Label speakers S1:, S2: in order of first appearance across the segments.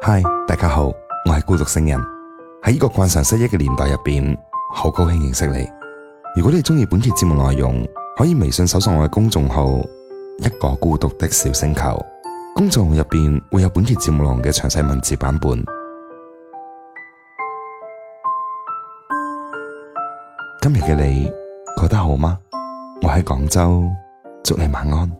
S1: 嗨，大家好，我係孤獨星人。喺呢個慣常失憶嘅年代入邊，好高興認識你。如果你中意本期節目內容，可以微信搜索我嘅公眾號一個孤獨的小星球，公眾號入邊會有本期節目內容嘅詳細文字版本。今日嘅你覺得好嗎？我喺廣州，祝你晚安。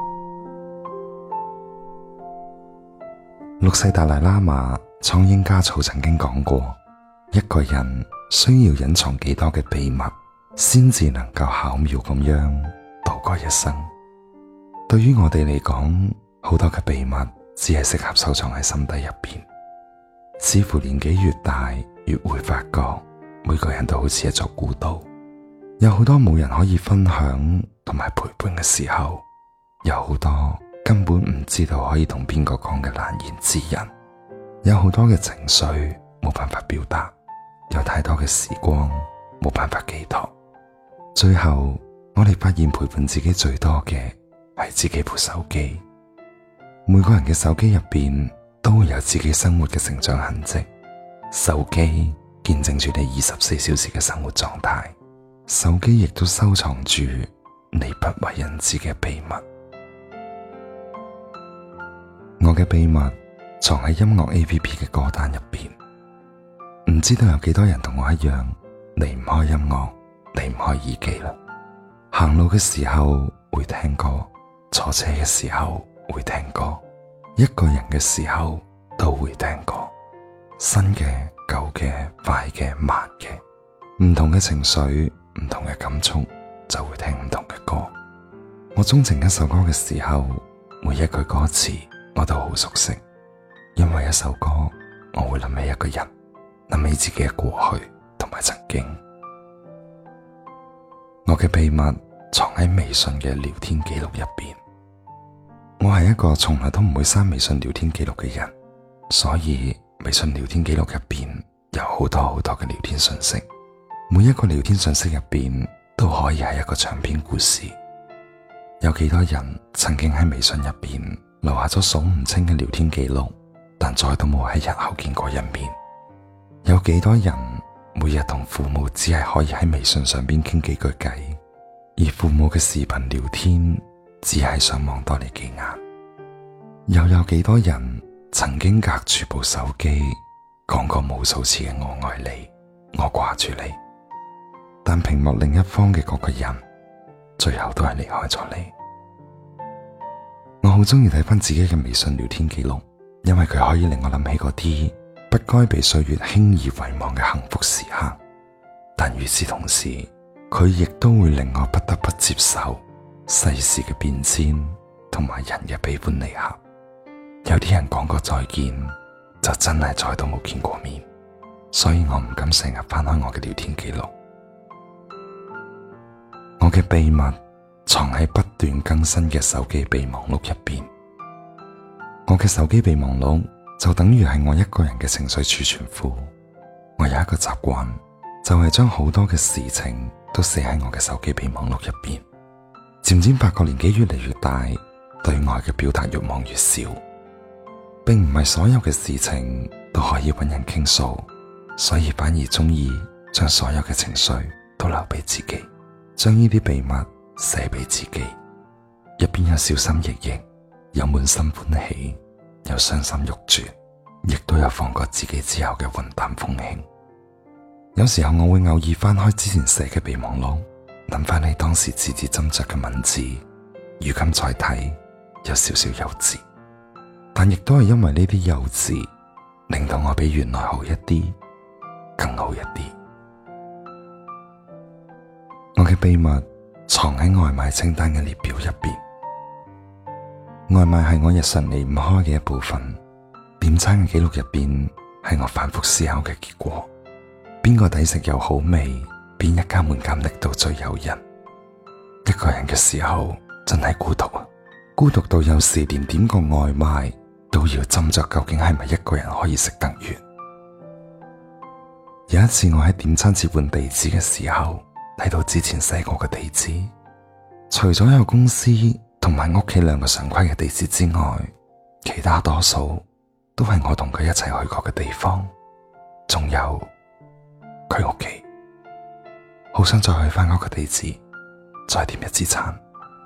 S1: 六世達賴喇嘛倉央嘉措曾經講過，一個人需要隱藏幾多嘅秘密，先至能夠巧妙咁樣度過一生。對於我哋嚟講，好多嘅秘密只係適合收藏喺心底入邊。似乎年紀越大，越會發覺每個人都好似一座孤島，有好多冇人可以分享同埋陪伴嘅時候，有好多根本唔知道可以同邊個講嘅難言之隱，有好多嘅情緒冇辦法表達，有太多嘅時光冇辦法寄託。最後我哋發現陪伴自己最多嘅係自己部手機。每個人嘅手機入邊都會有自己生活嘅成長痕跡，手機見證住你24小時嘅生活狀態，手機亦都收藏住你不為人知嘅秘密。我嘅秘密藏喺音樂 APP 嘅歌單入邊，唔知道有幾多人同我一樣離唔開音樂，離唔開耳機啦。行路嘅時候會聽歌，坐車嘅時候會聽歌，一個人嘅時候都會聽歌。新嘅、舊嘅、快嘅、慢嘅，唔同嘅情緒，唔同嘅感觸，就會聽唔同嘅歌。我鍾情一首歌嘅時候，每一句歌詞我都好熟悉，因為一首歌我會諗起一個人，諗起自己嘅過去同埋曾經。我嘅秘密藏喺微信嘅聊天記錄入邊。我係一個從來都唔會刪微信聊天記錄嘅人，所以微信聊天記錄入邊有好多好多嘅聊天信息，每一個聊天信息入邊都可以係一個長篇故事。有幾多人曾經喺微信入邊留下咗數唔清嘅聊天記錄，但再都冇喺日後見過一面。有幾多人每日同父母只係可以喺微信上邊傾幾句偈，而父母嘅視頻聊天只係想望多你幾眼。又有幾多人曾經隔住部手機講過無數次嘅我愛你，我掛住你，但屏幕另一方嘅嗰個人最後都係離開咗你。我好鍾意睇翻自己嘅微信聊天記錄，因為佢可以令我諗起嗰啲不該被歲月輕易遺忘嘅幸福時刻，但與此同時，佢亦都會令我不得不接受世事嘅變遷同埋人嘅悲歡離合。有啲人講過再見，就真係再都冇見過面，所以我唔敢成日翻開我嘅聊天記錄。我嘅秘密藏喺不斷更新嘅手機備忘錄入邊。我嘅手機備忘錄就等於係我一個人嘅情緒儲存庫。我有一個習慣，就係將好多嘅事情都寫喺我嘅手機備忘錄入邊。漸漸發覺年紀越嚟越大，對外嘅表達欲望越少，並唔係所有嘅事情都可以揾人傾訴，所以反而鍾意將所有嘅情緒都留俾自己，將呢啲秘密寫俾自己，入邊有小心翼翼，有滿心歡喜，有傷心欲絕，亦都有放過自己之後嘅雲淡風輕。有時候我會偶爾翻開之前寫嘅備忘錄，諗翻起當時字字斟酌嘅文字，如今再睇有少少幼稚，但亦都係因為呢啲幼稚，令到我比原來好一啲，更好一啲。我嘅秘密藏喺外賣清單嘅列表入邊。外賣係我日常離唔開嘅一部分，點餐嘅記錄入邊係我反覆思考嘅結果。邊個抵食又好味，邊一家門檻力度最誘人。一個人嘅時候真係孤獨啊，孤獨到有時連點個外賣都要斟酌究竟係咪一個人可以食得完。有一次我喺點餐切換地址嘅時候，睇到之前寫過嘅地址，除咗有公司同埋屋企兩個常規嘅地址之外，其他多數都係我同佢一齊去過嘅地方，仲有佢屋企。好想再去翻嗰個地址，再點一支餐。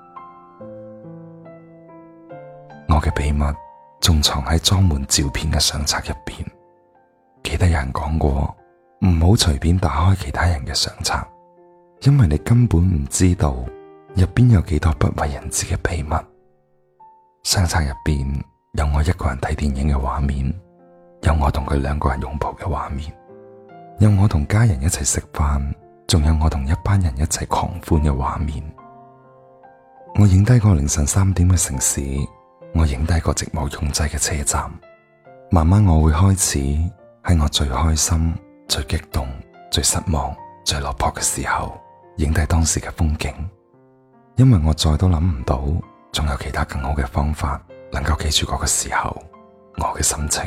S1: 我嘅秘密仲藏喺裝滿照片嘅相冊入邊。記得有人講過，唔好隨便打開其他人嘅相冊，因為你根本唔知道入邊有幾多不為人知嘅秘密。相冊入邊有我一個人睇電影嘅畫面，有我同佢兩個人擁抱嘅畫面，有我同家人一齊食飯，仲有我同一班人一齊狂歡嘅畫面。我影低個凌晨3點嘅城市，我影低個寂寞擁擠嘅車站。慢慢我會開始喺我最開心、最激動、最失望、最落魄嘅時候，影低當時嘅風景。因為我再都諗唔到仲有其他更好嘅方法能夠記住嗰個時候我嘅心情。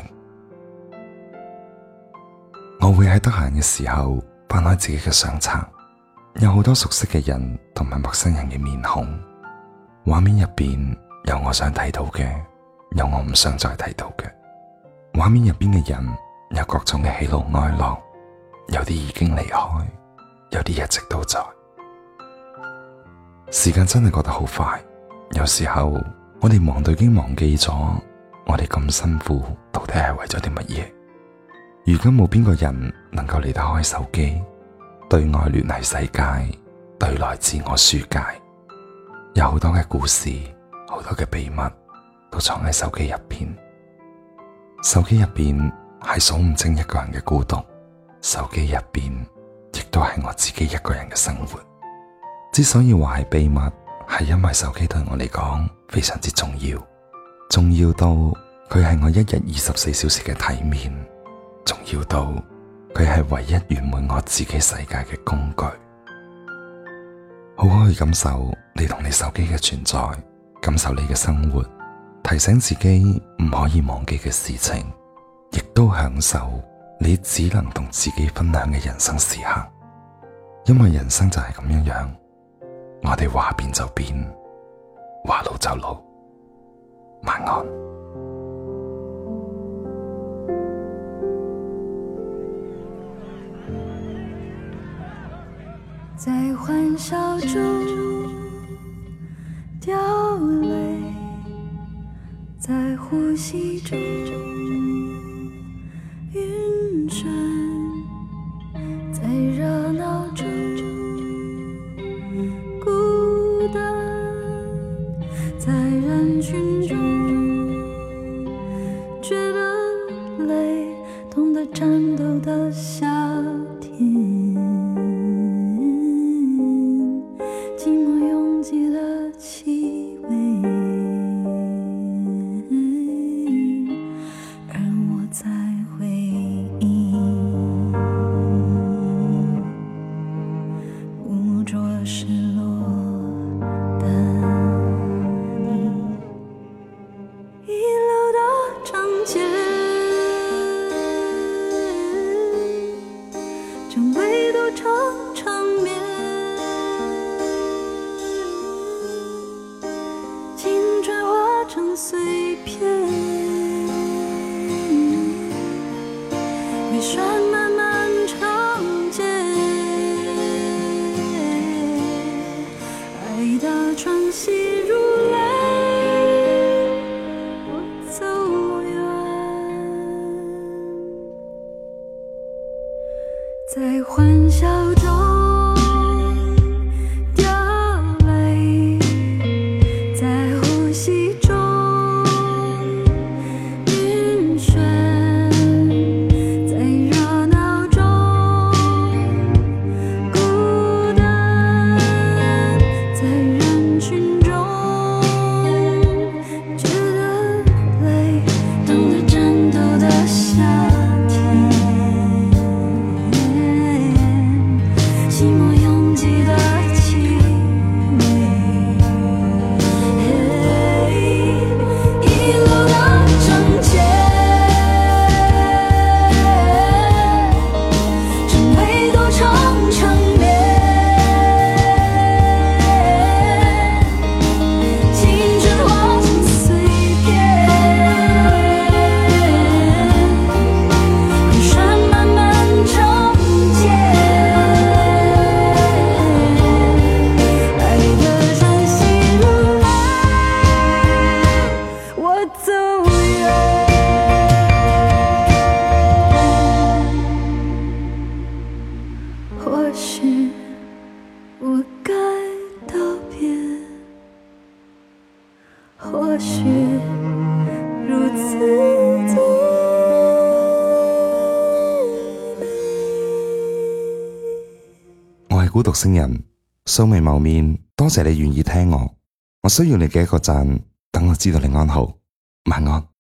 S1: 我會喺得閒嘅時候翻開自己嘅相冊，有好多熟悉嘅人同埋陌生人嘅面孔。畫面入邊有我想睇到嘅，有我唔想再睇到嘅。畫面入邊嘅人有各種嘅喜怒哀樂，有啲已經離開，有啲一直都在。時間真係過得好快，有時候我哋忙到已經忘記咗我哋咁辛苦到底係為咗啲乜嘢。如今冇邊個人能夠離得開手機，對外聯繫世界，對內自我紓解。有好多嘅故事，好多嘅秘密都藏喺手機入邊。手機入邊係數唔清一個人嘅孤獨，手機入邊亦都係我自己一個人嘅生活。之所以話係秘密，係因為手機對我嚟講非常之重要，重要到佢係我一日24小時嘅體面，重要到佢係唯一圓滿我自己世界嘅工具。好好去感受你同你手機嘅存在，感受你嘅生活，提醒自己唔可以忘記嘅事情，亦都享受你只能同自己分享嘅人生時刻。因為人生就係咁樣樣，我哋話變就變，話老就老。晚安。
S2: 在歡笑中掉淚，在呼吸中暈眩，在熱鬧中孤單，在人群中覺得累，懂得顫抖的夏天。将唯独成场面，青春化成碎片，月霜慢慢长街，爱的喘息如泪，我走远，在欢笑中掉泪，在呼吸中晕眩，在热闹中孤单，在人群中觉得累，懂得战斗的夏天。
S1: 孤獨星人，素未謀面，多謝你願意聽我。我需要你嘅一個讚，等我知道你安好。晚安。